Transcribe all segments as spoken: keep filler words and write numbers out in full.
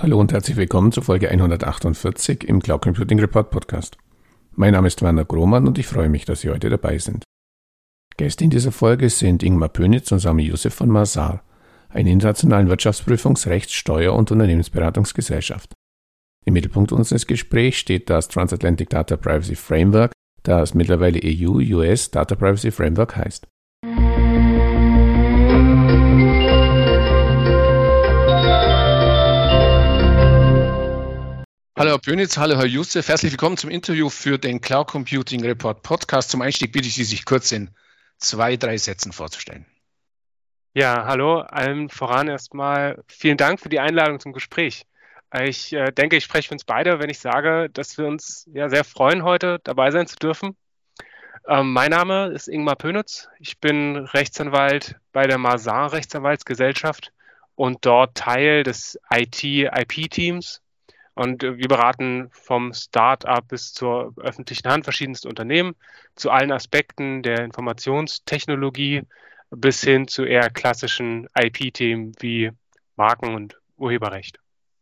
Hallo und herzlich willkommen zur Folge hundertachtundvierzig im Cloud Computing Report Podcast. Mein Name ist Werner Grohmann und ich freue mich, dass Sie heute dabei sind. Gäste in dieser Folge sind Ingmar Pönitz und Sami Youssef von Mazar, einer internationalen Wirtschaftsprüfungs-, Rechts-, Steuer- und Unternehmensberatungsgesellschaft. Im Mittelpunkt unseres Gesprächs steht das Transatlantic Data Privacy Framework, das mittlerweile E U-U S Data Privacy Framework heißt. Hallo Herr Pönitz, hallo Herr Youssef, herzlich willkommen zum Interview für den Cloud Computing Report Podcast. Zum Einstieg bitte ich Sie, sich kurz in zwei, drei Sätzen vorzustellen. Ja, hallo, allen voran erstmal vielen Dank für die Einladung zum Gespräch. Ich äh, denke, ich spreche für uns beide, wenn ich sage, dass wir uns ja sehr freuen, heute dabei sein zu dürfen. Ähm, mein Name ist Ingmar Pönitz, ich bin Rechtsanwalt bei der Mazar Rechtsanwaltsgesellschaft und dort Teil des I T-I P-Teams. Und wir beraten vom Start-up bis zur öffentlichen Hand verschiedenste Unternehmen zu allen Aspekten der Informationstechnologie bis hin zu eher klassischen I P-Themen wie Marken- und Urheberrecht.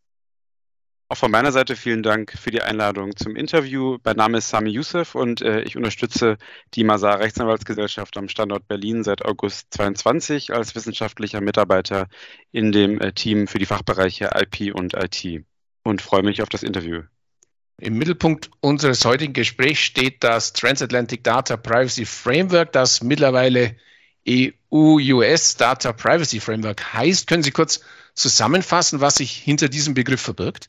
Auch von meiner Seite vielen Dank für die Einladung zum Interview. Mein Name ist Sami Youssef und äh, ich unterstütze die Mazar Rechtsanwaltsgesellschaft am Standort Berlin seit August zweiundzwanzig als wissenschaftlicher Mitarbeiter in dem äh, Team für die Fachbereiche I P und I T. Und freue mich auf das Interview. Im Mittelpunkt unseres heutigen Gesprächs steht das Transatlantic Data Privacy Framework, das mittlerweile E U-U S Data Privacy Framework heißt. Können Sie kurz zusammenfassen, was sich hinter diesem Begriff verbirgt?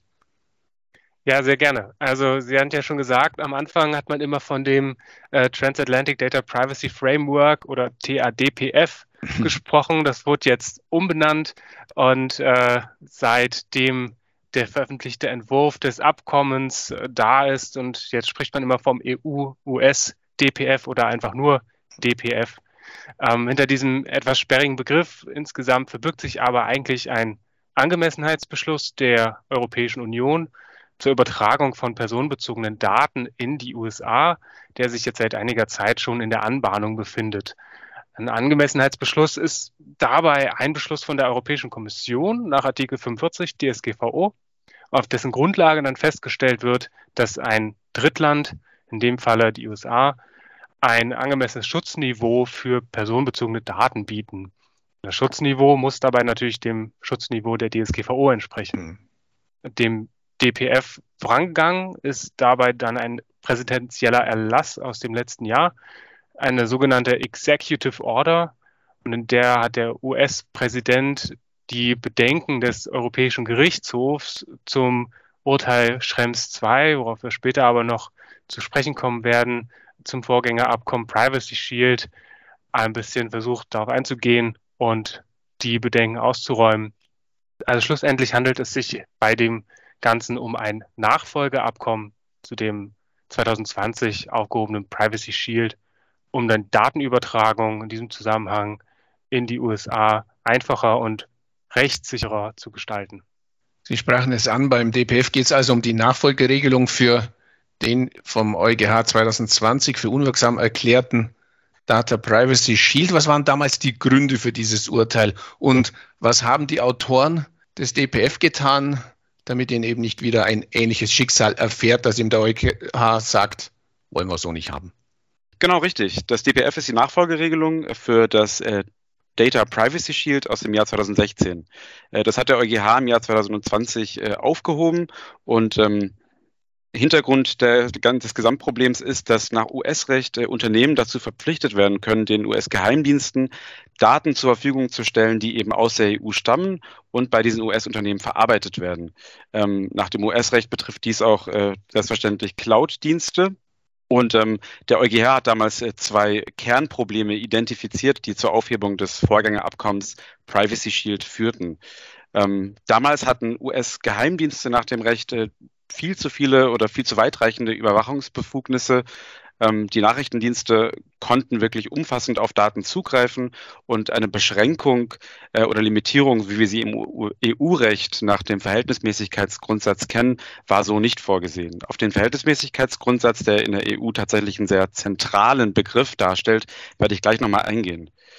Ja, sehr gerne. Also Sie hatten ja schon gesagt, am Anfang hat man immer von dem äh, Transatlantic Data Privacy Framework oder T A D P F gesprochen. Das wurde jetzt umbenannt und äh, seitdem der veröffentlichte Entwurf des Abkommens äh, da ist und jetzt spricht man immer vom E U-U S D P F oder einfach nur D P F. Ähm, hinter diesem etwas sperrigen Begriff insgesamt verbirgt sich aber eigentlich ein Angemessenheitsbeschluss der Europäischen Union zur Übertragung von personenbezogenen Daten in die U S A, der sich jetzt seit einiger Zeit schon in der Anbahnung befindet. Ein Angemessenheitsbeschluss ist dabei ein Beschluss von der Europäischen Kommission nach Artikel fünfundvierzig D S G V O, auf dessen Grundlage dann festgestellt wird, dass ein Drittland, in dem Falle die U S A, ein angemessenes Schutzniveau für personenbezogene Daten bieten. Das Schutzniveau muss dabei natürlich dem Schutzniveau der D S G V O entsprechen. Mhm. Dem D P F vorangegangen ist dabei dann ein präsidentieller Erlass aus dem letzten Jahr, eine sogenannte Executive Order, und in der hat der U S-Präsident die Bedenken des Europäischen Gerichtshofs zum Urteil Schrems zwei, worauf wir später aber noch zu sprechen kommen werden, zum Vorgängerabkommen Privacy Shield, ein bisschen versucht darauf einzugehen und die Bedenken auszuräumen. Also schlussendlich handelt es sich bei dem Ganzen um ein Nachfolgeabkommen zu dem zwanzig zwanzig aufgehobenen Privacy Shield, um dann Datenübertragung in diesem Zusammenhang in die U S A einfacher und rechtssicherer zu gestalten. Sie sprachen es an, beim D P F geht es also um die Nachfolgeregelung für den vom EuGH zwanzig zwanzig für unwirksam erklärten Data Privacy Shield. Was waren damals die Gründe für dieses Urteil und was haben die Autoren des D P F getan, damit ihnen eben nicht wieder ein ähnliches Schicksal erfährt, das ihm der EuGH sagt, wollen wir so nicht haben? Genau, richtig. Das D P F ist die Nachfolgeregelung für das äh, Data Privacy Shield aus dem Jahr zwanzig sechzehn. Äh, das hat der EuGH im Jahr zwanzig zwanzig äh, aufgehoben und ähm, Hintergrund der, des Gesamtproblems ist, dass nach U S-Recht äh, Unternehmen dazu verpflichtet werden können, den U S-Geheimdiensten Daten zur Verfügung zu stellen, die eben aus der E U stammen und bei diesen U S-Unternehmen verarbeitet werden. Ähm, nach dem U S-Recht betrifft dies auch äh, selbstverständlich Cloud-Dienste. Und ähm, der EuGH hat damals äh, zwei Kernprobleme identifiziert, die zur Aufhebung des Vorgängerabkommens Privacy Shield führten. Ähm, damals hatten U S-Geheimdienste nach dem Recht äh, viel zu viele oder viel zu weitreichende Überwachungsbefugnisse. Ähm, die Nachrichtendienste konnten wirklich umfassend auf Daten zugreifen und eine Beschränkung äh, oder Limitierung, wie wir sie im E U-Recht nach dem Verhältnismäßigkeitsgrundsatz kennen, war so nicht vorgesehen. Auf den Verhältnismäßigkeitsgrundsatz, der in der E U tatsächlich einen sehr zentralen Begriff darstellt, werde ich gleich nochmal eingehen.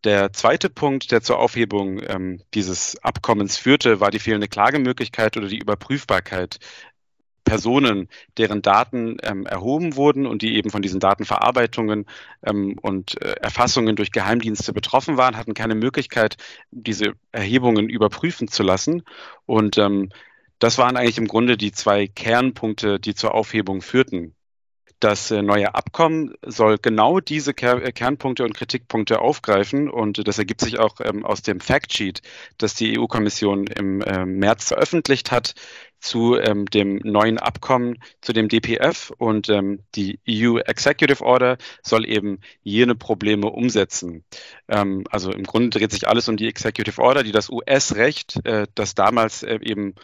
Der zweite Punkt, der zur Aufhebung ähm, dieses Abkommens führte, war die fehlende Klagemöglichkeit oder die Überprüfbarkeit. Personen, deren Daten ähm, erhoben wurden und die eben von diesen Datenverarbeitungen ähm, und äh, Erfassungen durch Geheimdienste betroffen waren, hatten keine Möglichkeit, diese Erhebungen überprüfen zu lassen. Und ähm, das waren eigentlich im Grunde die zwei Kernpunkte, die zur Aufhebung führten. Das äh, neue Abkommen soll genau diese Ker- Kernpunkte und Kritikpunkte aufgreifen und das ergibt sich auch ähm, aus dem Factsheet, das die E U-Kommission im äh, März veröffentlicht hat zu ähm, dem neuen Abkommen, zu dem D P F, und ähm, die E U Executive Order soll eben jene Probleme umsetzen. Ähm, also im Grunde dreht sich alles um die Executive Order, die das U S-Recht, äh, das damals äh, eben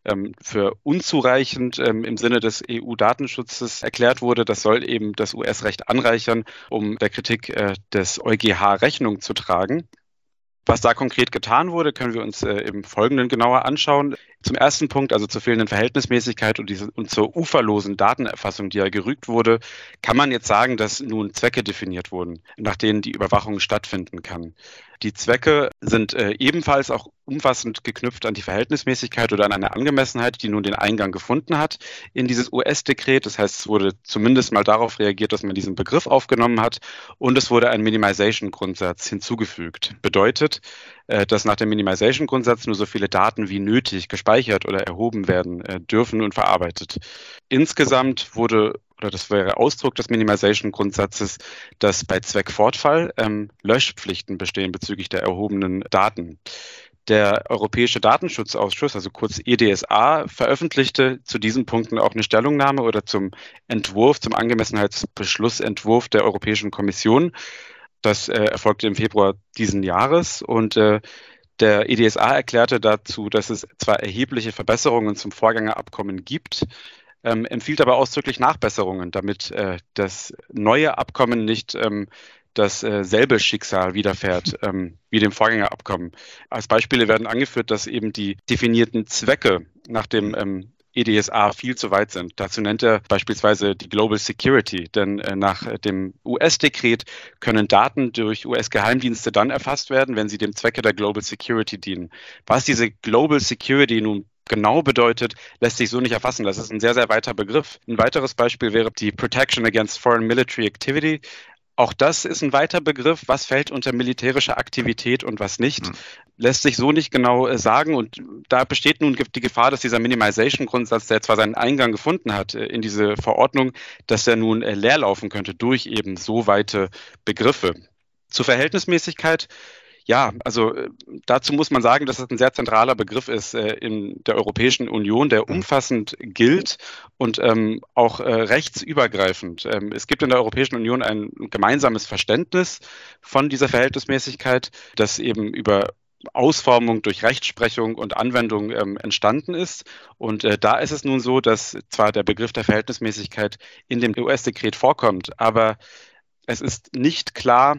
für unzureichend ähm, im Sinne des E U-Datenschutzes erklärt wurde. Das soll eben das U S-Recht anreichern, um der Kritik äh, des EuGH Rechnung zu tragen. Was da konkret getan wurde, können wir uns äh, im Folgenden genauer anschauen. Zum ersten Punkt, also zur fehlenden Verhältnismäßigkeit und, diese, und zur uferlosen Datenerfassung, die ja gerügt wurde, kann man jetzt sagen, dass nun Zwecke definiert wurden, nach denen die Überwachung stattfinden kann. Die Zwecke sind äh, ebenfalls auch umfassend geknüpft an die Verhältnismäßigkeit oder an eine Angemessenheit, die nun den Eingang gefunden hat in dieses U S-Dekret. Das heißt, es wurde zumindest mal darauf reagiert, dass man diesen Begriff aufgenommen hat, und es wurde ein Minimization-Grundsatz hinzugefügt. Bedeutet, äh, dass nach dem Minimization-Grundsatz nur so viele Daten wie nötig gespeichert oder erhoben werden äh, dürfen und verarbeitet. Insgesamt wurde, oder das wäre Ausdruck des Minimization-Grundsatzes, dass bei Zweckfortfall ähm, Löschpflichten bestehen bezüglich der erhobenen Daten. Der Europäische Datenschutzausschuss, also kurz E D S A, veröffentlichte zu diesen Punkten auch eine Stellungnahme oder zum Entwurf, zum Angemessenheitsbeschlussentwurf der Europäischen Kommission. Das äh, erfolgte im Februar diesen Jahres, und äh, der E D S A erklärte dazu, dass es zwar erhebliche Verbesserungen zum Vorgängerabkommen gibt, ähm, empfiehlt aber ausdrücklich Nachbesserungen, damit äh, das neue Abkommen nicht ähm, dasselbe äh, Schicksal widerfährt ähm, wie dem Vorgängerabkommen. Als Beispiele werden angeführt, dass eben die definierten Zwecke nach dem ähm, E D S A viel zu weit sind. Dazu nennt er beispielsweise die Global Security, denn äh, nach dem U S-Dekret können Daten durch U S-Geheimdienste dann erfasst werden, wenn sie dem Zwecke der Global Security dienen. Was diese Global Security nun genau bedeutet, lässt sich so nicht erfassen. Das ist ein sehr, sehr weiter Begriff. Ein weiteres Beispiel wäre die Protection Against Foreign Military Activity. Auch das ist ein weiter Begriff. Was fällt unter militärische Aktivität und was nicht, mhm. lässt sich so nicht genau äh, sagen. Und da besteht nun die Gefahr, dass dieser Minimization-Grundsatz, der zwar seinen Eingang gefunden hat äh, in diese Verordnung, dass der nun äh, leer laufen könnte durch eben so weite Begriffe. Zur Verhältnismäßigkeit. Ja, also äh, dazu muss man sagen, dass das ein sehr zentraler Begriff ist äh, in der Europäischen Union, der umfassend gilt und ähm, auch äh, rechtsübergreifend. Ähm, es gibt in der Europäischen Union ein gemeinsames Verständnis von dieser Verhältnismäßigkeit, das eben über Ausformung durch Rechtsprechung und Anwendung ähm, entstanden ist. Und äh, da ist es nun so, dass zwar der Begriff der Verhältnismäßigkeit in dem U S-Dekret vorkommt, aber es ist nicht klar,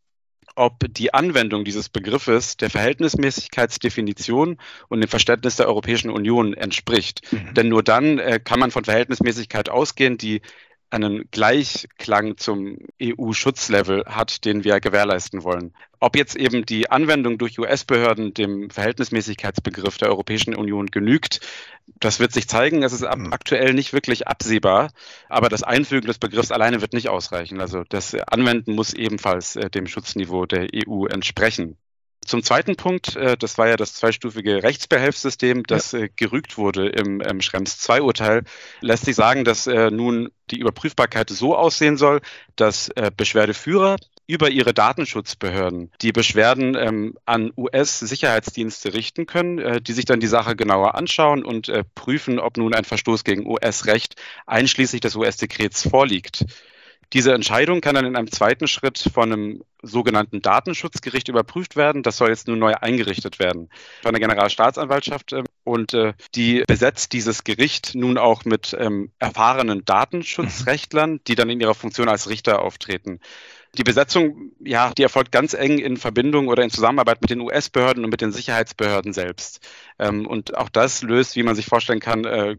ob die Anwendung dieses Begriffes der Verhältnismäßigkeitsdefinition und dem Verständnis der Europäischen Union entspricht. Mhm. Denn nur dann äh, kann man von Verhältnismäßigkeit ausgehen, die einen Gleichklang zum E U-Schutzlevel hat, den wir gewährleisten wollen. Ob jetzt eben die Anwendung durch U S-Behörden dem Verhältnismäßigkeitsbegriff der Europäischen Union genügt, das wird sich zeigen. Es ist aktuell nicht wirklich absehbar, aber das Einfügen des Begriffs alleine wird nicht ausreichen. Also das Anwenden muss ebenfalls dem Schutzniveau der E U entsprechen. Zum zweiten Punkt, das war ja das zweistufige Rechtsbehelfssystem, das ja. gerügt wurde im, im Schrems zwei Urteil, lässt sich sagen, dass nun die Überprüfbarkeit so aussehen soll, dass Beschwerdeführer über ihre Datenschutzbehörden die Beschwerden ähm, an U S-Sicherheitsdienste richten können, äh, die sich dann die Sache genauer anschauen und äh, prüfen, ob nun ein Verstoß gegen U S-Recht einschließlich des U S-Dekrets vorliegt. Diese Entscheidung kann dann in einem zweiten Schritt von einem sogenannten Datenschutzgericht überprüft werden. Das soll jetzt nun neu eingerichtet werden von der Generalstaatsanwaltschaft. Und äh, die besetzt dieses Gericht nun auch mit ähm, erfahrenen Datenschutzrechtlern, die dann in ihrer Funktion als Richter auftreten. Die Besetzung, ja, die erfolgt ganz eng in Verbindung oder in Zusammenarbeit mit den U S-Behörden und mit den Sicherheitsbehörden selbst. Ähm, und auch das löst, wie man sich vorstellen kann, äh,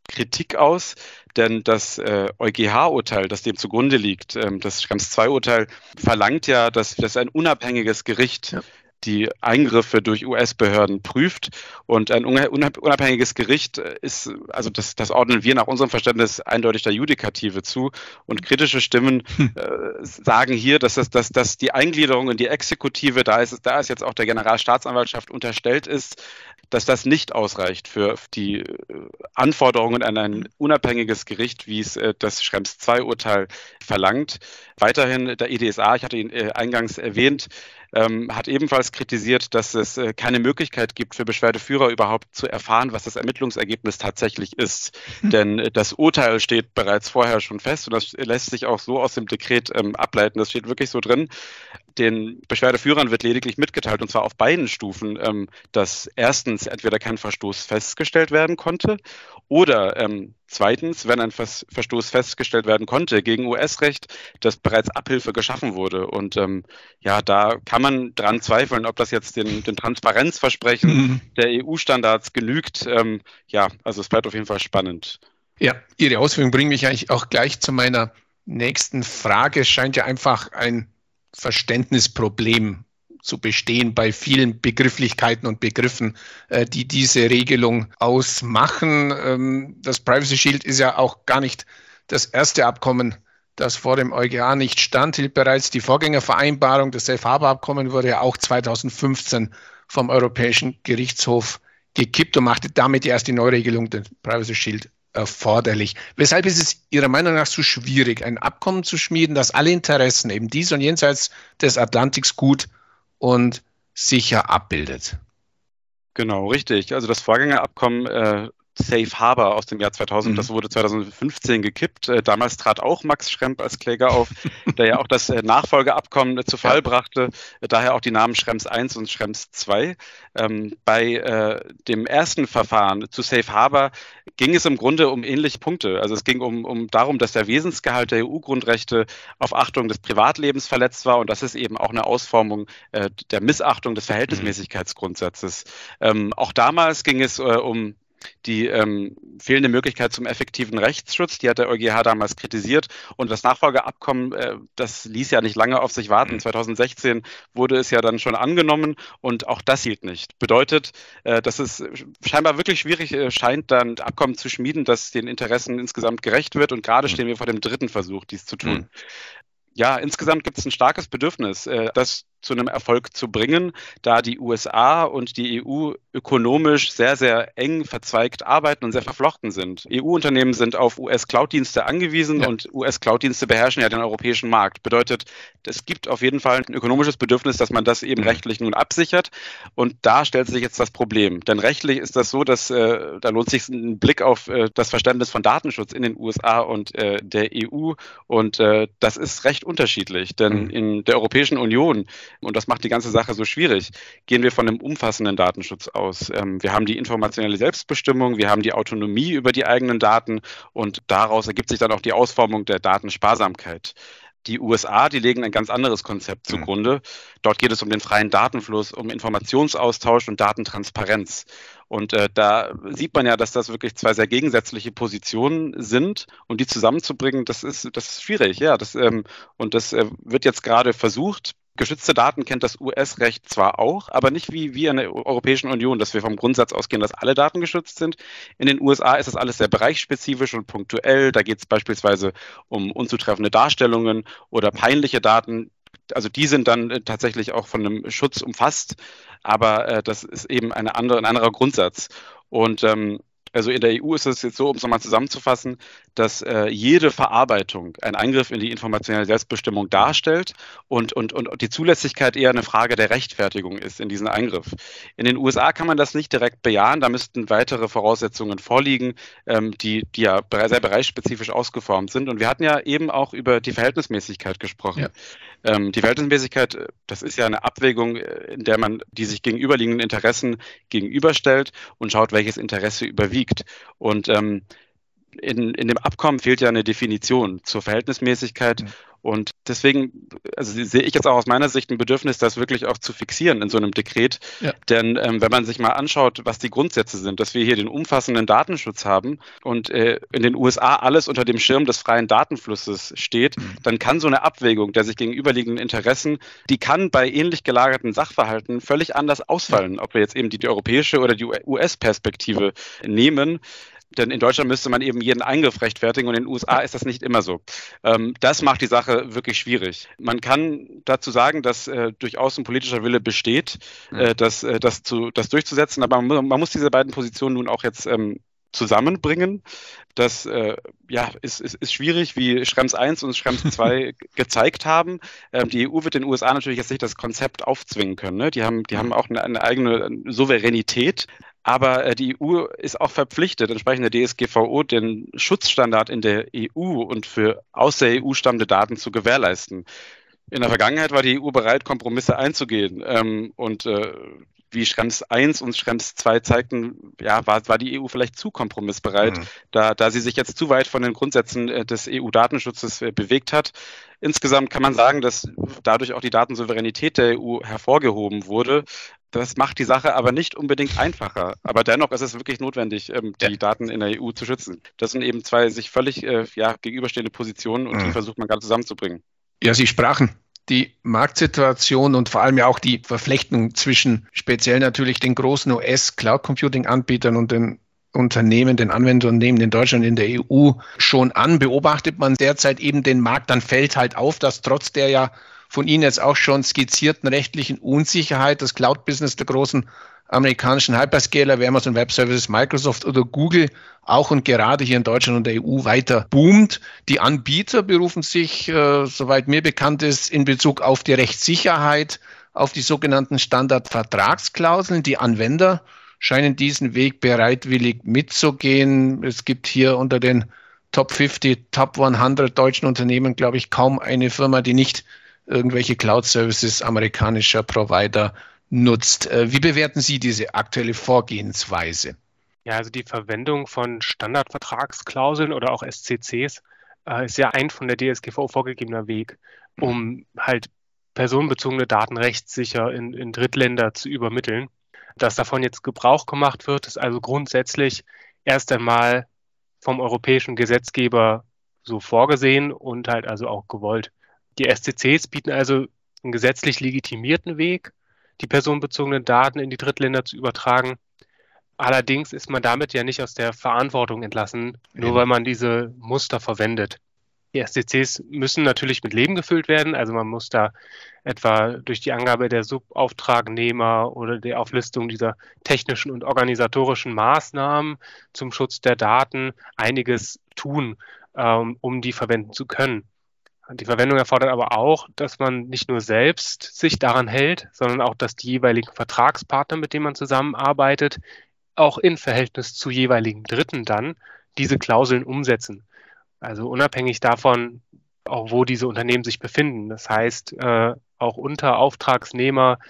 Kritik aus, denn das äh, EuGH-Urteil, das dem zugrunde liegt, ähm, das Schrems zwei Urteil, verlangt ja, dass, dass ein unabhängiges Gericht ja. die Eingriffe durch U S-Behörden prüft. Und ein unabhängiges Gericht ist, also das, das ordnen wir nach unserem Verständnis eindeutig der Judikative zu. Und kritische Stimmen hm. äh, sagen hier, dass, das, dass, dass die Eingliederung in die Exekutive, da ist, da ist jetzt auch der Generalstaatsanwaltschaft unterstellt ist, dass das nicht ausreicht für die Anforderungen an ein unabhängiges Gericht, wie es äh, das Schrems zwei Urteil verlangt. Weiterhin der E D S A, ich hatte ihn äh, eingangs erwähnt, Ähm, hat ebenfalls kritisiert, dass es äh, keine Möglichkeit gibt für Beschwerdeführer überhaupt zu erfahren, was das Ermittlungsergebnis tatsächlich ist. Mhm. Denn äh, das Urteil steht bereits vorher schon fest und das lässt sich auch so aus dem Dekret ähm, ableiten. Das steht wirklich so drin. Den Beschwerdeführern wird lediglich mitgeteilt, und zwar auf beiden Stufen, ähm, dass erstens entweder kein Verstoß festgestellt werden konnte oder ähm, zweitens, wenn ein Vers- Verstoß festgestellt werden konnte gegen U S-Recht, dass bereits Abhilfe geschaffen wurde. Und ähm, ja, da kann man dran zweifeln, ob das jetzt den, den Transparenzversprechen mhm. der E U-Standards genügt. Ähm, ja, also es bleibt auf jeden Fall spannend. Ja, Ihre Ausführungen bringen mich eigentlich auch gleich zu meiner nächsten Frage. Es scheint ja einfach ein Verständnisproblem zu bestehen bei vielen Begrifflichkeiten und Begriffen, äh, die diese Regelung ausmachen. Ähm, das Privacy Shield ist ja auch gar nicht das erste Abkommen, das vor dem EuGH nicht standhielt. Bereits die Vorgängervereinbarung, das Safe Harbor Abkommen, wurde ja auch zweitausendfünfzehn vom Europäischen Gerichtshof gekippt und machte damit erst die Neuregelung des Privacy Shield erforderlich. Weshalb ist es Ihrer Meinung nach so schwierig, ein Abkommen zu schmieden, das alle Interessen eben dies und jenseits des Atlantiks gut und sicher abbildet? Genau, richtig. Also das Vorgängerabkommen äh, Safe Harbor aus dem Jahr zweitausend, mhm. das wurde zweitausendfünfzehn gekippt. Äh, damals trat auch Max Schrempp als Kläger auf, der ja auch das äh, Nachfolgeabkommen äh, zu Fall ja. brachte, äh, daher auch die Namen Schrems eins und Schrems zwei. Ähm, bei äh, dem ersten Verfahren zu Safe Harbor ging es im Grunde um ähnliche Punkte. Also es ging um, um darum, dass der Wesensgehalt der E U-Grundrechte auf Achtung des Privatlebens verletzt war, und das ist eben auch eine Ausformung äh, der Missachtung des Verhältnismäßigkeitsgrundsatzes. Ähm, auch damals ging es äh, um die ähm, fehlende Möglichkeit zum effektiven Rechtsschutz, die hat der EuGH damals kritisiert. Und das Nachfolgeabkommen, äh, das ließ ja nicht lange auf sich warten. zweitausendsechzehn wurde es ja dann schon angenommen und auch das hielt nicht. Bedeutet, äh, dass es scheinbar wirklich schwierig äh, scheint, dann ein Abkommen zu schmieden, das den Interessen insgesamt gerecht wird. Und gerade mhm. stehen wir vor dem dritten Versuch, dies zu tun. Mhm. Ja, insgesamt gibt es ein starkes Bedürfnis, äh, das zu einem Erfolg zu bringen, da die U S A und die E U ökonomisch sehr, sehr eng verzweigt arbeiten und sehr verflochten sind. E U-Unternehmen sind auf U S-Cloud-Dienste angewiesen ja. und U S-Cloud-Dienste beherrschen ja den europäischen Markt. Bedeutet, es gibt auf jeden Fall ein ökonomisches Bedürfnis, dass man das eben mhm. rechtlich nun absichert. Und da stellt sich jetzt das Problem. Denn rechtlich ist das so, dass äh, da lohnt sich ein Blick auf äh, das Verständnis von Datenschutz in den U S A und äh, der E U. Und äh, das ist recht unterschiedlich. Denn mhm. in der Europäischen Union, und das macht die ganze Sache so schwierig, gehen wir von einem umfassenden Datenschutz aus. Ähm, wir haben die informationelle Selbstbestimmung, wir haben die Autonomie über die eigenen Daten und daraus ergibt sich dann auch die Ausformung der Datensparsamkeit. Die U S A, die legen ein ganz anderes Konzept mhm. zugrunde. Dort geht es um den freien Datenfluss, um Informationsaustausch und Datentransparenz. Und äh, da sieht man ja, dass das wirklich zwei sehr gegensätzliche Positionen sind, und die zusammenzubringen, das ist, das ist schwierig. Ja, das, ähm, und das äh, wird jetzt gerade versucht. Geschützte Daten kennt das U S-Recht zwar auch, aber nicht wie wir in der Europäischen Union, dass wir vom Grundsatz ausgehen, dass alle Daten geschützt sind. In den U S A ist das alles sehr bereichsspezifisch und punktuell. Da geht es beispielsweise um unzutreffende Darstellungen oder peinliche Daten. Also die sind dann äh, tatsächlich auch von einem Schutz umfasst, aber äh, das ist eben eine andere, ein anderer Grundsatz. Und ähm, also in der E U ist es jetzt so, um es nochmal zusammenzufassen, dass äh, jede Verarbeitung ein Eingriff in die informationelle Selbstbestimmung darstellt und, und, und die Zulässigkeit eher eine Frage der Rechtfertigung ist in diesem Eingriff. In den U S A kann man das nicht direkt bejahen, da müssten weitere Voraussetzungen vorliegen, ähm, die, die ja sehr bereichsspezifisch ausgeformt sind. Und wir hatten ja eben auch über die Verhältnismäßigkeit gesprochen. Ja. Ähm, die Verhältnismäßigkeit, das ist ja eine Abwägung, in der man die sich gegenüberliegenden Interessen gegenüberstellt und schaut, welches Interesse überwiegt. Und ähm, in, in dem Abkommen fehlt ja eine Definition zur Verhältnismäßigkeit. Mhm. Und deswegen, also sehe ich jetzt auch aus meiner Sicht ein Bedürfnis, das wirklich auch zu fixieren in so einem Dekret. Ja. Denn ähm, wenn man sich mal anschaut, was die Grundsätze sind, dass wir hier den umfassenden Datenschutz haben und äh, in den U S A alles unter dem Schirm des freien Datenflusses steht, mhm. dann kann so eine Abwägung der sich gegenüberliegenden Interessen, die kann bei ähnlich gelagerten Sachverhalten völlig anders ausfallen, ja. ob wir jetzt eben die, die europäische oder die U S-Perspektive nehmen. Denn in Deutschland müsste man eben jeden Eingriff rechtfertigen und in den U S A ist das nicht immer so. Ähm, das macht die Sache wirklich schwierig. Man kann dazu sagen, dass äh, durchaus ein politischer Wille besteht, äh, das, äh, das, zu, das durchzusetzen, aber man, man muss diese beiden Positionen nun auch jetzt ähm, zusammenbringen. Das äh, ja, ist, ist, ist schwierig, wie Schrems eins und Schrems zwei gezeigt haben. Ähm, die E U wird den U S A natürlich jetzt nicht das Konzept aufzwingen können. Ne? Die haben, die haben auch eine, eine eigene Souveränität. Aber äh, die E U ist auch verpflichtet, entsprechend der D S G V O den Schutzstandard in der E U und für aus der E U stammende Daten zu gewährleisten. In der Vergangenheit war die E U bereit, Kompromisse einzugehen. Ähm, und äh, wie Schrems eins und Schrems zwei zeigten, ja, war, war die E U vielleicht zu kompromissbereit, mhm. da, da sie sich jetzt zu weit von den Grundsätzen äh, des E U-Datenschutzes äh, bewegt hat. Insgesamt kann man sagen, dass dadurch auch die Datensouveränität der E U hervorgehoben wurde. Das macht die Sache aber nicht unbedingt einfacher. Aber dennoch ist es wirklich notwendig, ähm, die ja. Daten in der E U zu schützen. Das sind eben zwei sich völlig äh, ja, gegenüberstehende Positionen und mhm. die versucht man gerade zusammenzubringen. Ja, Sie sprachen die Marktsituation und vor allem ja auch die Verflechtung zwischen speziell natürlich den großen U S-Cloud-Computing-Anbietern und den Unternehmen, den Anwenderunternehmen in Deutschland, in der E U schon an. Beobachtet man derzeit eben den Markt, dann fällt halt auf, dass trotz der ja von Ihnen jetzt auch schon skizzierten rechtlichen Unsicherheit das Cloud-Business der großen amerikanischen Hyperscaler wie Amazon Web Services, Microsoft oder Google auch und gerade hier in Deutschland und der E U weiter boomt. Die Anbieter berufen sich, äh, soweit mir bekannt ist, in Bezug auf die Rechtssicherheit auf die sogenannten Standardvertragsklauseln. Die Anwender scheinen diesen Weg bereitwillig mitzugehen. Es gibt hier unter den Top fünfzig, Top hundert deutschen Unternehmen, glaube ich, kaum eine Firma, die nicht irgendwelche Cloud-Services amerikanischer Provider nutzt. Wie bewerten Sie diese aktuelle Vorgehensweise? Ja, also die Verwendung von Standardvertragsklauseln oder auch S C Cs äh, ist ja ein von der D S G V O vorgegebener Weg, um halt personenbezogene Daten rechtssicher in, in Drittländer zu übermitteln. Dass davon jetzt Gebrauch gemacht wird, ist also grundsätzlich erst einmal vom europäischen Gesetzgeber so vorgesehen und halt also auch gewollt. Die S C Cs bieten also einen gesetzlich legitimierten Weg, die personenbezogenen Daten in die Drittländer zu übertragen. Allerdings ist man damit ja nicht aus der Verantwortung entlassen, nur weil man diese Muster verwendet. Die S C Cs müssen natürlich mit Leben gefüllt werden, also man muss da etwa durch die Angabe der Subauftragnehmer oder die Auflistung dieser technischen und organisatorischen Maßnahmen zum Schutz der Daten einiges tun, ähm, um die verwenden zu können. Die Verwendung erfordert aber auch, dass man nicht nur selbst sich daran hält, sondern auch, dass die jeweiligen Vertragspartner, mit denen man zusammenarbeitet, auch in Verhältnis zu jeweiligen Dritten dann diese Klauseln umsetzen. Also unabhängig davon, auch wo diese Unternehmen sich befinden. Das heißt, äh, auch unter Auftragsnehmer,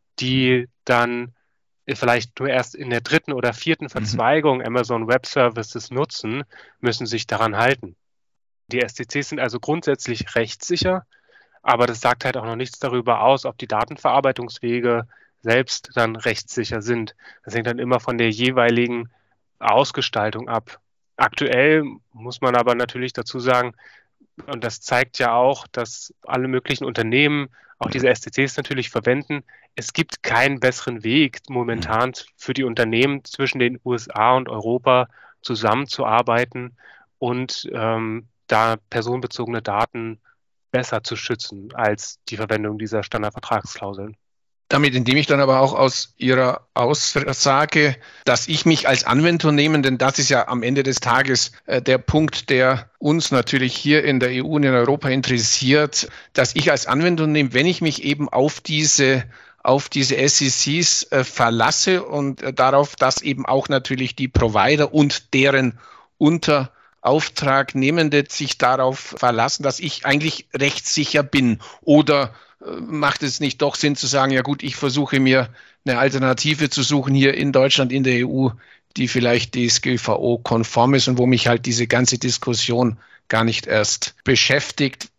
die dann vielleicht nur erst in der dritten oder vierten Verzweigung mhm. Amazon Web Services nutzen, müssen sich daran halten. Die S C Cs sind also grundsätzlich rechtssicher, aber das sagt halt auch noch nichts darüber aus, ob die Datenverarbeitungswege selbst dann rechtssicher sind. Das hängt dann immer von der jeweiligen Ausgestaltung ab. Aktuell muss man aber natürlich dazu sagen, und das zeigt ja auch, dass alle möglichen Unternehmen auch diese S C Cs natürlich verwenden, es gibt keinen besseren Weg momentan für die Unternehmen zwischen den U S A und Europa zusammenzuarbeiten und ähm, da personenbezogene Daten besser zu schützen als die Verwendung dieser Standardvertragsklauseln. Damit entnehme ich dann aber auch aus Ihrer Aussage, dass ich mich als Anwenderunternehmen, denn das ist ja am Ende des Tages äh, der Punkt, der uns natürlich hier in der E U und in Europa interessiert, dass ich als Anwenderunternehmen, wenn ich mich eben auf diese auf diese S C Cs äh, verlasse und äh, darauf, dass eben auch natürlich die Provider und deren Unter Auftragnehmende sich darauf verlassen, dass ich eigentlich rechtssicher bin? Oder äh, macht es nicht doch Sinn zu sagen, ja gut, ich versuche mir eine Alternative zu suchen hier in Deutschland, in der E U, die vielleicht D S G V O-konform ist und wo mich halt diese ganze Diskussion gar nicht erst beschäftigt.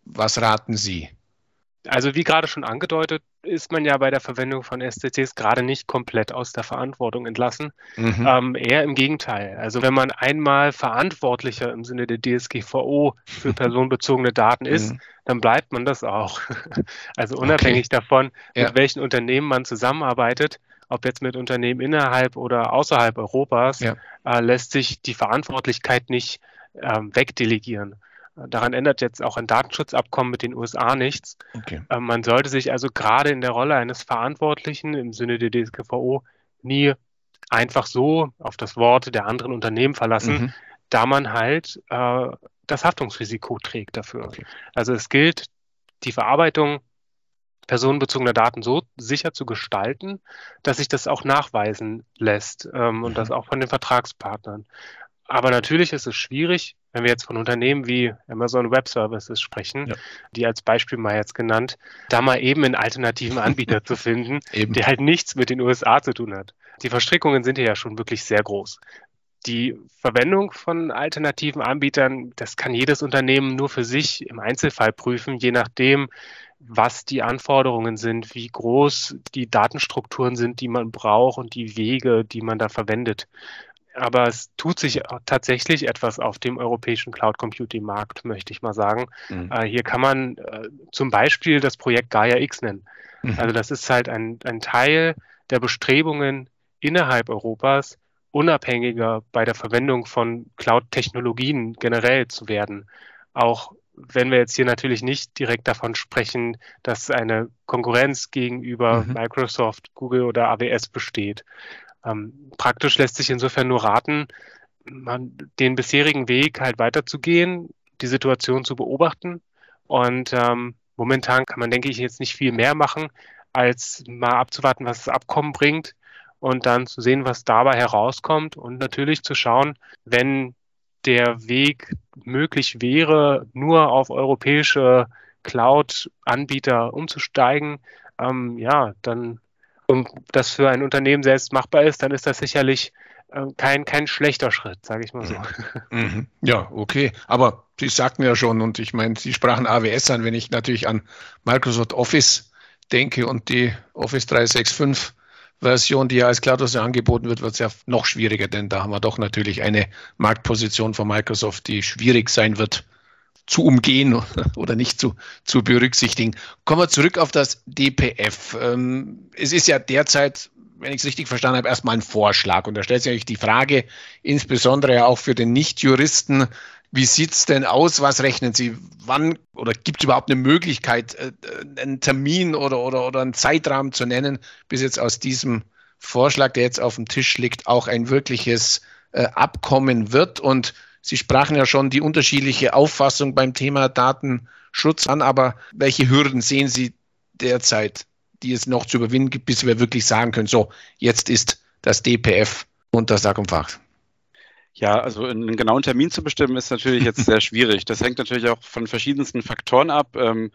Was raten Sie? Also wie gerade schon angedeutet, ist man ja bei der Verwendung von S C Cs gerade nicht komplett aus der Verantwortung entlassen. Mhm. Ähm, eher im Gegenteil. Also wenn man einmal Verantwortlicher im Sinne der D S G V O für personenbezogene Daten ist, mhm. dann bleibt man das auch. Also unabhängig okay. davon, mit ja. welchen Unternehmen man zusammenarbeitet, ob jetzt mit Unternehmen innerhalb oder außerhalb Europas, ja. äh, lässt sich die Verantwortlichkeit nicht ähm, wegdelegieren. Daran ändert jetzt auch ein Datenschutzabkommen mit den U S A nichts. Okay. Ähm, man sollte sich also gerade in der Rolle eines Verantwortlichen im Sinne der D S G V O nie einfach so auf das Wort der anderen Unternehmen verlassen, mhm. da man halt äh, das Haftungsrisiko trägt dafür. Okay. Also es gilt, die Verarbeitung personenbezogener Daten so sicher zu gestalten, dass sich das auch nachweisen lässt ähm, mhm. und das auch von den Vertragspartnern. Aber natürlich ist es schwierig, wenn wir jetzt von Unternehmen wie Amazon Web Services sprechen, ja. die als Beispiel mal jetzt genannt, da mal eben einen alternativen Anbieter zu finden, der halt nichts mit den U S A zu tun hat. Die Verstrickungen sind hier ja schon wirklich sehr groß. Die Verwendung von alternativen Anbietern, das kann jedes Unternehmen nur für sich im Einzelfall prüfen, je nachdem, was die Anforderungen sind, wie groß die Datenstrukturen sind, die man braucht und die Wege, die man da verwendet. Aber es tut sich tatsächlich etwas auf dem europäischen Cloud-Computing-Markt, möchte ich mal sagen. Mhm. Äh, hier kann man äh, zum Beispiel das Projekt Gaia X nennen. Mhm. Also das ist halt ein, ein Teil der Bestrebungen innerhalb Europas, unabhängiger bei der Verwendung von Cloud-Technologien generell zu werden. Auch wenn wir jetzt hier natürlich nicht direkt davon sprechen, dass eine Konkurrenz gegenüber mhm. Microsoft, Google oder A W S besteht. Ähm, praktisch lässt sich insofern nur raten, man, den bisherigen Weg halt weiterzugehen, die Situation zu beobachten. Und ähm, momentan kann man, denke ich, jetzt nicht viel mehr machen, als mal abzuwarten, was das Abkommen bringt und dann zu sehen, was dabei herauskommt und natürlich zu schauen, wenn der Weg möglich wäre, nur auf europäische Cloud-Anbieter umzusteigen, ähm, ja, dann und das für ein Unternehmen selbst machbar ist, dann ist das sicherlich äh, kein, kein schlechter Schritt, sage ich mal so. Mhm. Ja, okay. Aber Sie sagten ja schon, und ich meine, Sie sprachen A W S an, wenn ich natürlich an Microsoft Office denke und die Office dreihundertfünfundsechzig Version, die ja als Cloud angeboten wird, wird es ja noch schwieriger, denn da haben wir doch natürlich eine Marktposition von Microsoft, die schwierig sein wird zu umgehen oder nicht zu, zu berücksichtigen. Kommen wir zurück auf das D P F. Ähm, es ist ja derzeit, wenn ich es richtig verstanden habe, erstmal ein Vorschlag. Und da stellt sich natürlich die Frage, insbesondere ja auch für den Nicht-Juristen, wie sieht es denn aus? Was rechnen Sie? Wann oder gibt es überhaupt eine Möglichkeit, äh, einen Termin oder, oder, oder einen Zeitrahmen zu nennen, bis jetzt aus diesem Vorschlag, der jetzt auf dem Tisch liegt, auch ein wirkliches äh, Abkommen wird? Und Sie sprachen ja schon die unterschiedliche Auffassung beim Thema Datenschutz an, aber welche Hürden sehen Sie derzeit, die es noch zu überwinden gibt, bis wir wirklich sagen können, so, jetzt ist das D P F unter Sack und Fach? Ja, also einen genauen Termin zu bestimmen, ist natürlich jetzt sehr schwierig. Das hängt natürlich auch von verschiedensten Faktoren ab. Ähm,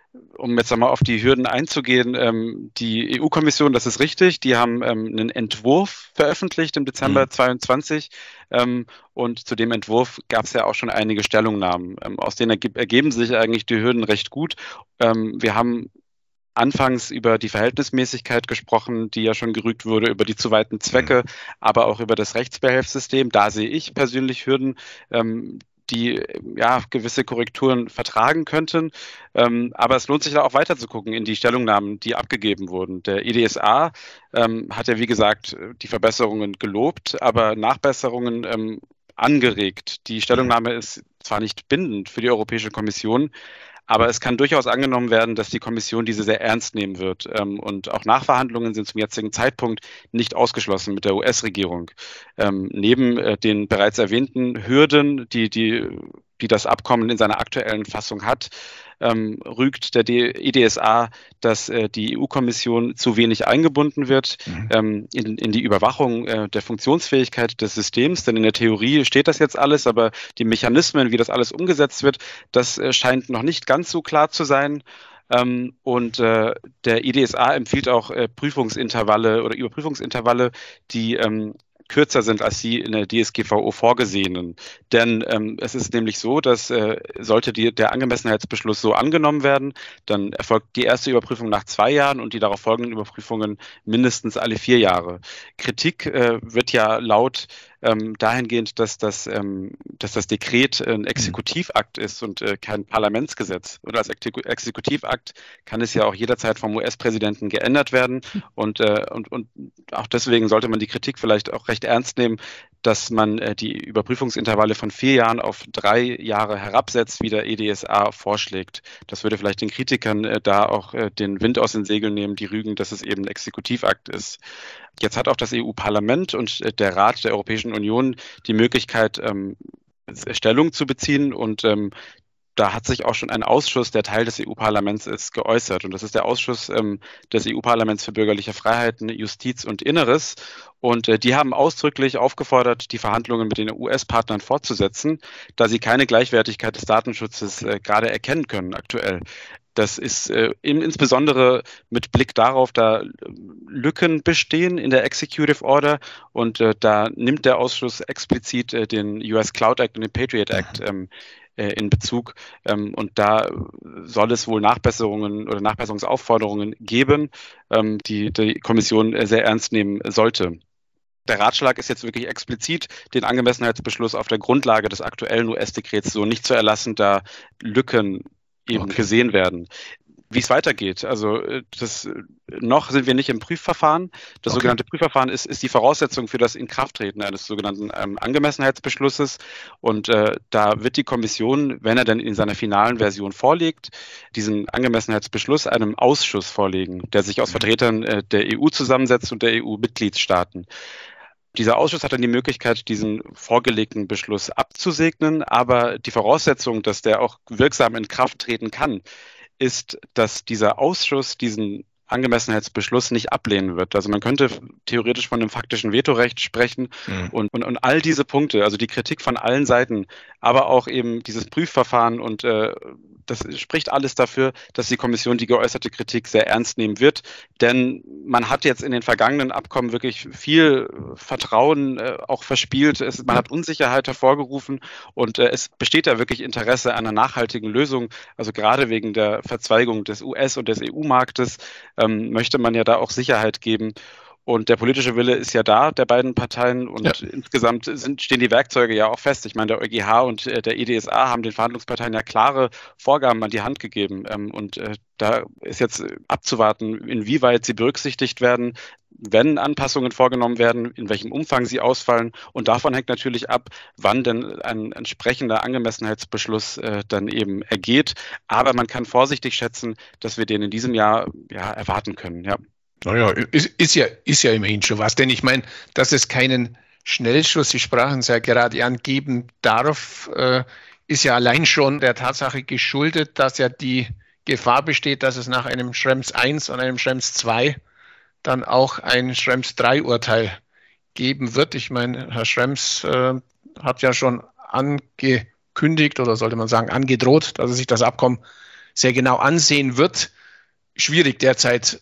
um jetzt einmal auf die Hürden einzugehen, ähm, die E U-Kommission, das ist richtig, die haben ähm, einen Entwurf veröffentlicht im Dezember mhm. zweiundzwanzig ähm, und zu dem Entwurf gab es ja auch schon einige Stellungnahmen. Ähm, aus denen erge- ergeben sich eigentlich die Hürden recht gut. Ähm, wir haben anfangs über die Verhältnismäßigkeit gesprochen, die ja schon gerügt wurde, über die zu weiten Zwecke, mhm. aber auch über das Rechtsbehelfssystem. Da sehe ich persönlich Hürden, ähm, die ja gewisse Korrekturen vertragen könnten. Ähm, aber es lohnt sich da auch weiter zu gucken in die Stellungnahmen, die abgegeben wurden. Der E D S A ähm, hat ja, wie gesagt, die Verbesserungen gelobt, aber Nachbesserungen ähm, angeregt. Die Stellungnahme ist zwar nicht bindend für die Europäische Kommission, aber es kann durchaus angenommen werden, dass die Kommission diese sehr ernst nehmen wird. Ähm, und auch Nachverhandlungen sind zum jetzigen Zeitpunkt nicht ausgeschlossen mit der U S-Regierung. Ähm, neben äh, den bereits erwähnten Hürden, die, die, die das Abkommen in seiner aktuellen Fassung hat, ähm, rügt der E D S A, dass äh, die E U-Kommission zu wenig eingebunden wird mhm. ähm, in, in die Überwachung äh, der Funktionsfähigkeit des Systems. Denn in der Theorie steht das jetzt alles, aber die Mechanismen, wie das alles umgesetzt wird, das äh, scheint noch nicht ganz so klar zu sein. Ähm, und äh, der E D S A empfiehlt auch äh, Prüfungsintervalle oder Überprüfungsintervalle, die ähm, kürzer sind als die in der D S G V O vorgesehenen. Denn ähm, es ist nämlich so, dass äh, sollte die, der Angemessenheitsbeschluss so angenommen werden, dann erfolgt die erste Überprüfung nach zwei Jahren und die darauf folgenden Überprüfungen mindestens alle vier Jahre. Kritik äh, wird ja laut ähm, dahingehend, dass das, ähm, dass das Dekret ein Exekutivakt ist und äh, kein Parlamentsgesetz. Und als Exekutivakt kann es ja auch jederzeit vom U S-Präsidenten geändert werden. Und, äh, und, und auch deswegen sollte man die Kritik vielleicht auch recht ernst nehmen, dass man äh, die Überprüfungsintervalle von vier Jahren auf drei Jahre herabsetzt, wie der E D S A vorschlägt. Das würde vielleicht den Kritikern äh, da auch äh, den Wind aus den Segeln nehmen, die rügen, dass es eben ein Exekutivakt ist. Jetzt hat auch das E U-Parlament und äh, der Rat der Europäischen Union die Möglichkeit, ähm, Stellung zu beziehen und ähm, da hat sich auch schon ein Ausschuss, der Teil des E U-Parlaments ist, geäußert. Und das ist der Ausschuss ähm, des E U-Parlaments für bürgerliche Freiheiten, Justiz und Inneres. Und äh, die haben ausdrücklich aufgefordert, die Verhandlungen mit den U S-Partnern fortzusetzen, da sie keine Gleichwertigkeit des Datenschutzes äh, gerade erkennen können aktuell. Das ist äh, in, insbesondere mit Blick darauf, da Lücken bestehen in der Executive Order und äh, da nimmt der Ausschuss explizit äh, den U S Cloud Act und den Patriot Act ähm, in Bezug. Und da soll es wohl Nachbesserungen oder Nachbesserungsaufforderungen geben, die die Kommission sehr ernst nehmen sollte. Der Ratschlag ist jetzt wirklich explizit, den Angemessenheitsbeschluss auf der Grundlage des aktuellen U S-Dekrets so nicht zu erlassen, da Lücken eben okay. gesehen werden. Wie es weitergeht, also das, noch sind wir nicht im Prüfverfahren. Das okay. sogenannte Prüfverfahren ist, ist die Voraussetzung für das Inkrafttreten eines sogenannten ähm, Angemessenheitsbeschlusses. Und äh, da wird die Kommission, wenn er dann in seiner finalen Version vorliegt, diesen Angemessenheitsbeschluss einem Ausschuss vorlegen, der sich aus Vertretern äh, der E U zusammensetzt und der E U-Mitgliedstaaten. Dieser Ausschuss hat dann die Möglichkeit, diesen vorgelegten Beschluss abzusegnen, aber die Voraussetzung, dass der auch wirksam in Kraft treten kann, ist, dass dieser Ausschuss diesen Angemessenheitsbeschluss nicht ablehnen wird. Also man könnte theoretisch von einem faktischen Vetorecht sprechen mhm. und, und, und all diese Punkte, also die Kritik von allen Seiten, aber auch eben dieses Prüfverfahren und äh, das spricht alles dafür, dass die Kommission die geäußerte Kritik sehr ernst nehmen wird, denn man hat jetzt in den vergangenen Abkommen wirklich viel Vertrauen äh, auch verspielt, es, man hat Unsicherheit hervorgerufen und äh, es besteht da wirklich Interesse an einer nachhaltigen Lösung, also gerade wegen der Verzweigung des U S- und des E U-Marktes ähm, möchte man ja da auch Sicherheit geben. Und der politische Wille ist ja da, der beiden Parteien. Und ja. insgesamt sind, stehen die Werkzeuge ja auch fest. Ich meine, der EuGH und äh, der E D S A haben den Verhandlungsparteien ja klare Vorgaben an die Hand gegeben. Ähm, und äh, da ist jetzt abzuwarten, inwieweit sie berücksichtigt werden, wenn Anpassungen vorgenommen werden, in welchem Umfang sie ausfallen. Und davon hängt natürlich ab, wann denn ein entsprechender Angemessenheitsbeschluss äh, dann eben ergeht. Aber man kann vorsichtig schätzen, dass wir den in diesem Jahr ja, erwarten können. Ja. Naja, ist, ist, ja, ist ja immerhin schon was, denn ich meine, dass es keinen Schnellschuss, Sie sprachen es ja gerade an, geben darf, äh, ist ja allein schon der Tatsache geschuldet, dass ja die Gefahr besteht, dass es nach einem Schrems eins und einem Schrems zwei dann auch ein Schrems drei Urteil geben wird. Ich meine, Herr Schrems äh, hat ja schon angekündigt oder sollte man sagen angedroht, dass er sich das Abkommen sehr genau ansehen wird. Schwierig derzeit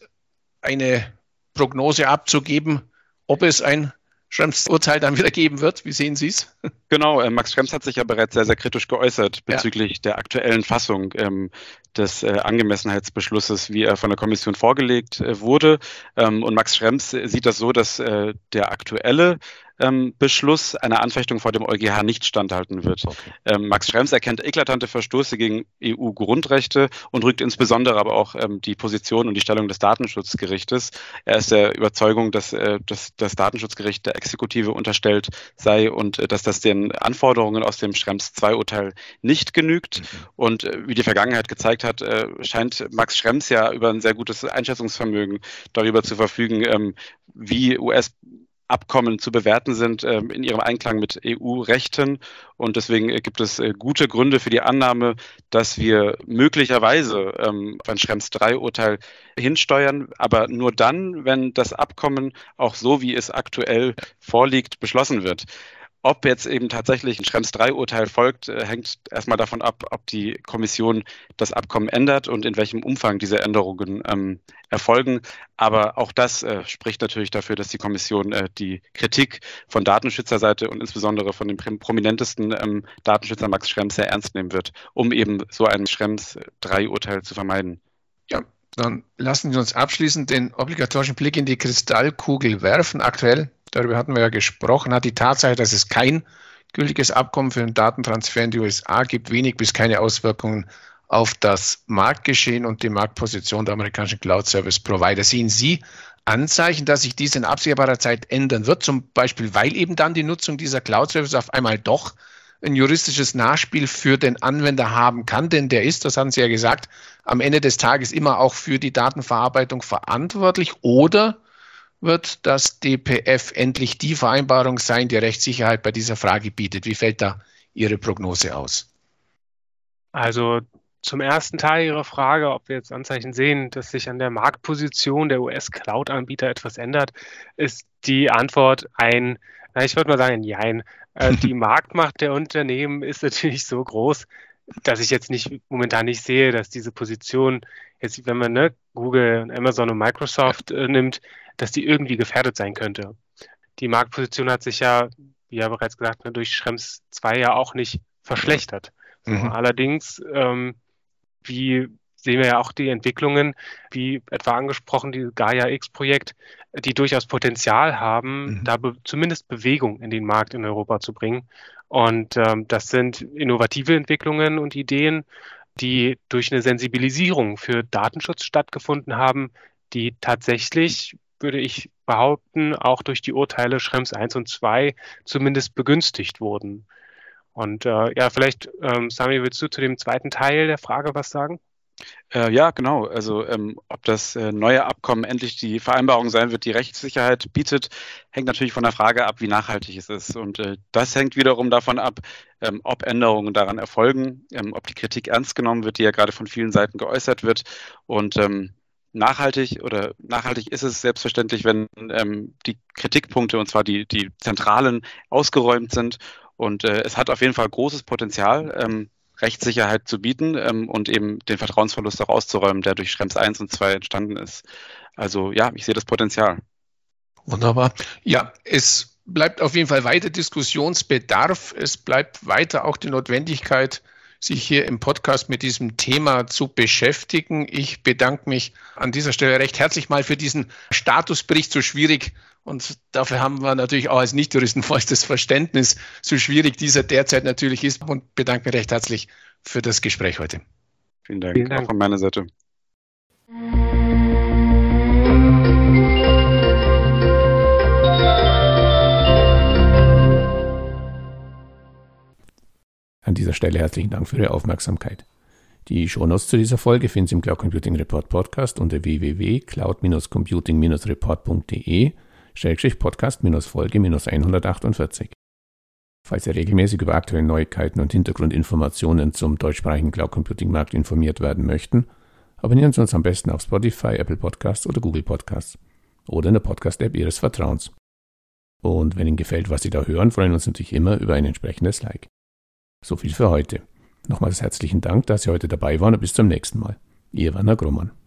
eine Prognose abzugeben, ob es ein Schrems-Urteil dann wieder geben wird. Wie sehen Sie es? Genau, äh, Max Schrems hat sich ja bereits sehr, sehr kritisch geäußert bezüglich ja. der aktuellen Fassung ähm, des äh, Angemessenheitsbeschlusses, wie er von der Kommission vorgelegt äh, wurde. Ähm, und Max Schrems äh, sieht das so, dass äh, der aktuelle ähm, Beschluss einer Anfechtung vor dem EuGH nicht standhalten wird. Okay. Ähm, Max Schrems erkennt eklatante Verstoße gegen E U-Grundrechte und rückt insbesondere aber auch ähm, die Position und die Stellung des Datenschutzgerichtes. Er ist der Überzeugung, dass äh, das, das Datenschutzgericht der Exekutive unterstellt sei und äh, dass das den Anforderungen aus dem Schrems zwei Urteil nicht genügt. Mhm. Und äh, wie die Vergangenheit gezeigt hat, äh, scheint Max Schrems ja über ein sehr gutes Einschätzungsvermögen darüber zu verfügen, ähm, wie U S Abkommen zu bewerten sind äh, in ihrem Einklang mit E U-Rechten. Und deswegen äh, gibt es äh, gute Gründe für die Annahme, dass wir möglicherweise ähm, auf ein Schrems drei Urteil hinsteuern, aber nur dann, wenn das Abkommen auch so, wie es aktuell vorliegt, beschlossen wird. Ob jetzt eben tatsächlich ein Schrems drei Urteil folgt, äh, hängt erstmal davon ab, ob die Kommission das Abkommen ändert und in welchem Umfang diese Änderungen ähm, erfolgen. Aber auch das äh, spricht natürlich dafür, dass die Kommission äh, die Kritik von Datenschützerseite und insbesondere von dem prominentesten ähm, Datenschützer Max Schrems sehr ernst nehmen wird, um eben so ein Schrems drei Urteil zu vermeiden. Ja, dann lassen Sie uns abschließend den obligatorischen Blick in die Kristallkugel werfen. Aktuell, darüber hatten wir ja gesprochen, hat die Tatsache, dass es kein gültiges Abkommen für den Datentransfer in die U S A gibt, wenig bis keine Auswirkungen auf das Marktgeschehen und die Marktposition der amerikanischen Cloud-Service-Provider. Sehen Sie Anzeichen, dass sich dies in absehbarer Zeit ändern wird, zum Beispiel, weil eben dann die Nutzung dieser Cloud-Service auf einmal doch ein juristisches Nachspiel für den Anwender haben kann, denn der ist, das haben Sie ja gesagt, am Ende des Tages immer auch für die Datenverarbeitung verantwortlich, oder wird das D P F endlich die Vereinbarung sein, die Rechtssicherheit bei dieser Frage bietet? Wie fällt da Ihre Prognose aus? Also zum ersten Teil Ihrer Frage, ob wir jetzt Anzeichen sehen, dass sich an der Marktposition der U S-Cloud-Anbieter etwas ändert, ist die Antwort ein, na, ich würde mal sagen, ein Jein. Äh, die Marktmacht der Unternehmen ist natürlich so groß, dass ich jetzt nicht momentan nicht sehe, dass diese Position, jetzt wenn man ne, Google und Amazon und Microsoft äh, nimmt, dass die irgendwie gefährdet sein könnte. Die Marktposition hat sich ja, wie ja bereits gesagt, ne, durch Schrems zwei ja auch nicht verschlechtert. So, mhm. Allerdings, ähm, wie sehen wir ja auch die Entwicklungen, wie etwa angesprochen, die Gaia-X-Projekt, die durchaus Potenzial haben, mhm. da be- zumindest Bewegung in den Markt in Europa zu bringen. Und ähm, das sind innovative Entwicklungen und Ideen, die durch eine Sensibilisierung für Datenschutz stattgefunden haben, die tatsächlich, würde ich behaupten, auch durch die Urteile Schrems eins und zwei zumindest begünstigt wurden. Und äh, ja, vielleicht, ähm, Sami, willst du zu dem zweiten Teil der Frage was sagen? Äh, ja, genau. Also ähm, ob das äh, neue Abkommen endlich die Vereinbarung sein wird, die Rechtssicherheit bietet, hängt natürlich von der Frage ab, wie nachhaltig es ist. Und äh, das hängt wiederum davon ab, ähm, ob Änderungen daran erfolgen, ähm, ob die Kritik ernst genommen wird, die ja gerade von vielen Seiten geäußert wird. Und ähm, nachhaltig oder nachhaltig ist es selbstverständlich, wenn ähm, die Kritikpunkte, und zwar die, die zentralen, ausgeräumt sind. Und äh, es hat auf jeden Fall großes Potenzial, ähm, Rechtssicherheit zu bieten ähm, und eben den Vertrauensverlust auch auszuräumen, der durch Schrems eins und zwei entstanden ist. Also ja, ich sehe das Potenzial. Wunderbar. Ja, es bleibt auf jeden Fall weiter Diskussionsbedarf. Es bleibt weiter auch die Notwendigkeit, sich hier im Podcast mit diesem Thema zu beschäftigen. Ich bedanke mich an dieser Stelle recht herzlich mal für diesen Statusbericht, so schwierig, und dafür haben wir natürlich auch als Nicht-Juristen vollstes Verständnis, so schwierig dieser derzeit natürlich ist, und bedanke mich recht herzlich für das Gespräch heute. Vielen Dank, Vielen Dank. Auch von meiner Seite. An dieser Stelle herzlichen Dank für Ihre Aufmerksamkeit. Die Shownotes zu dieser Folge finden Sie im Cloud Computing Report Podcast unter w w w punkt cloud computing report punkt d e Schrägstrich Podcast Folge hundertachtundvierzig. Falls Sie regelmäßig über aktuelle Neuigkeiten und Hintergrundinformationen zum deutschsprachigen Cloud Computing Markt informiert werden möchten, abonnieren Sie uns am besten auf Spotify, Apple Podcasts oder Google Podcasts oder in der Podcast-App Ihres Vertrauens. Und wenn Ihnen gefällt, was Sie da hören, freuen wir uns natürlich immer über ein entsprechendes Like. So viel für heute. Nochmals herzlichen Dank, dass Sie heute dabei waren, und bis zum nächsten Mal. Ihr Werner Grummann.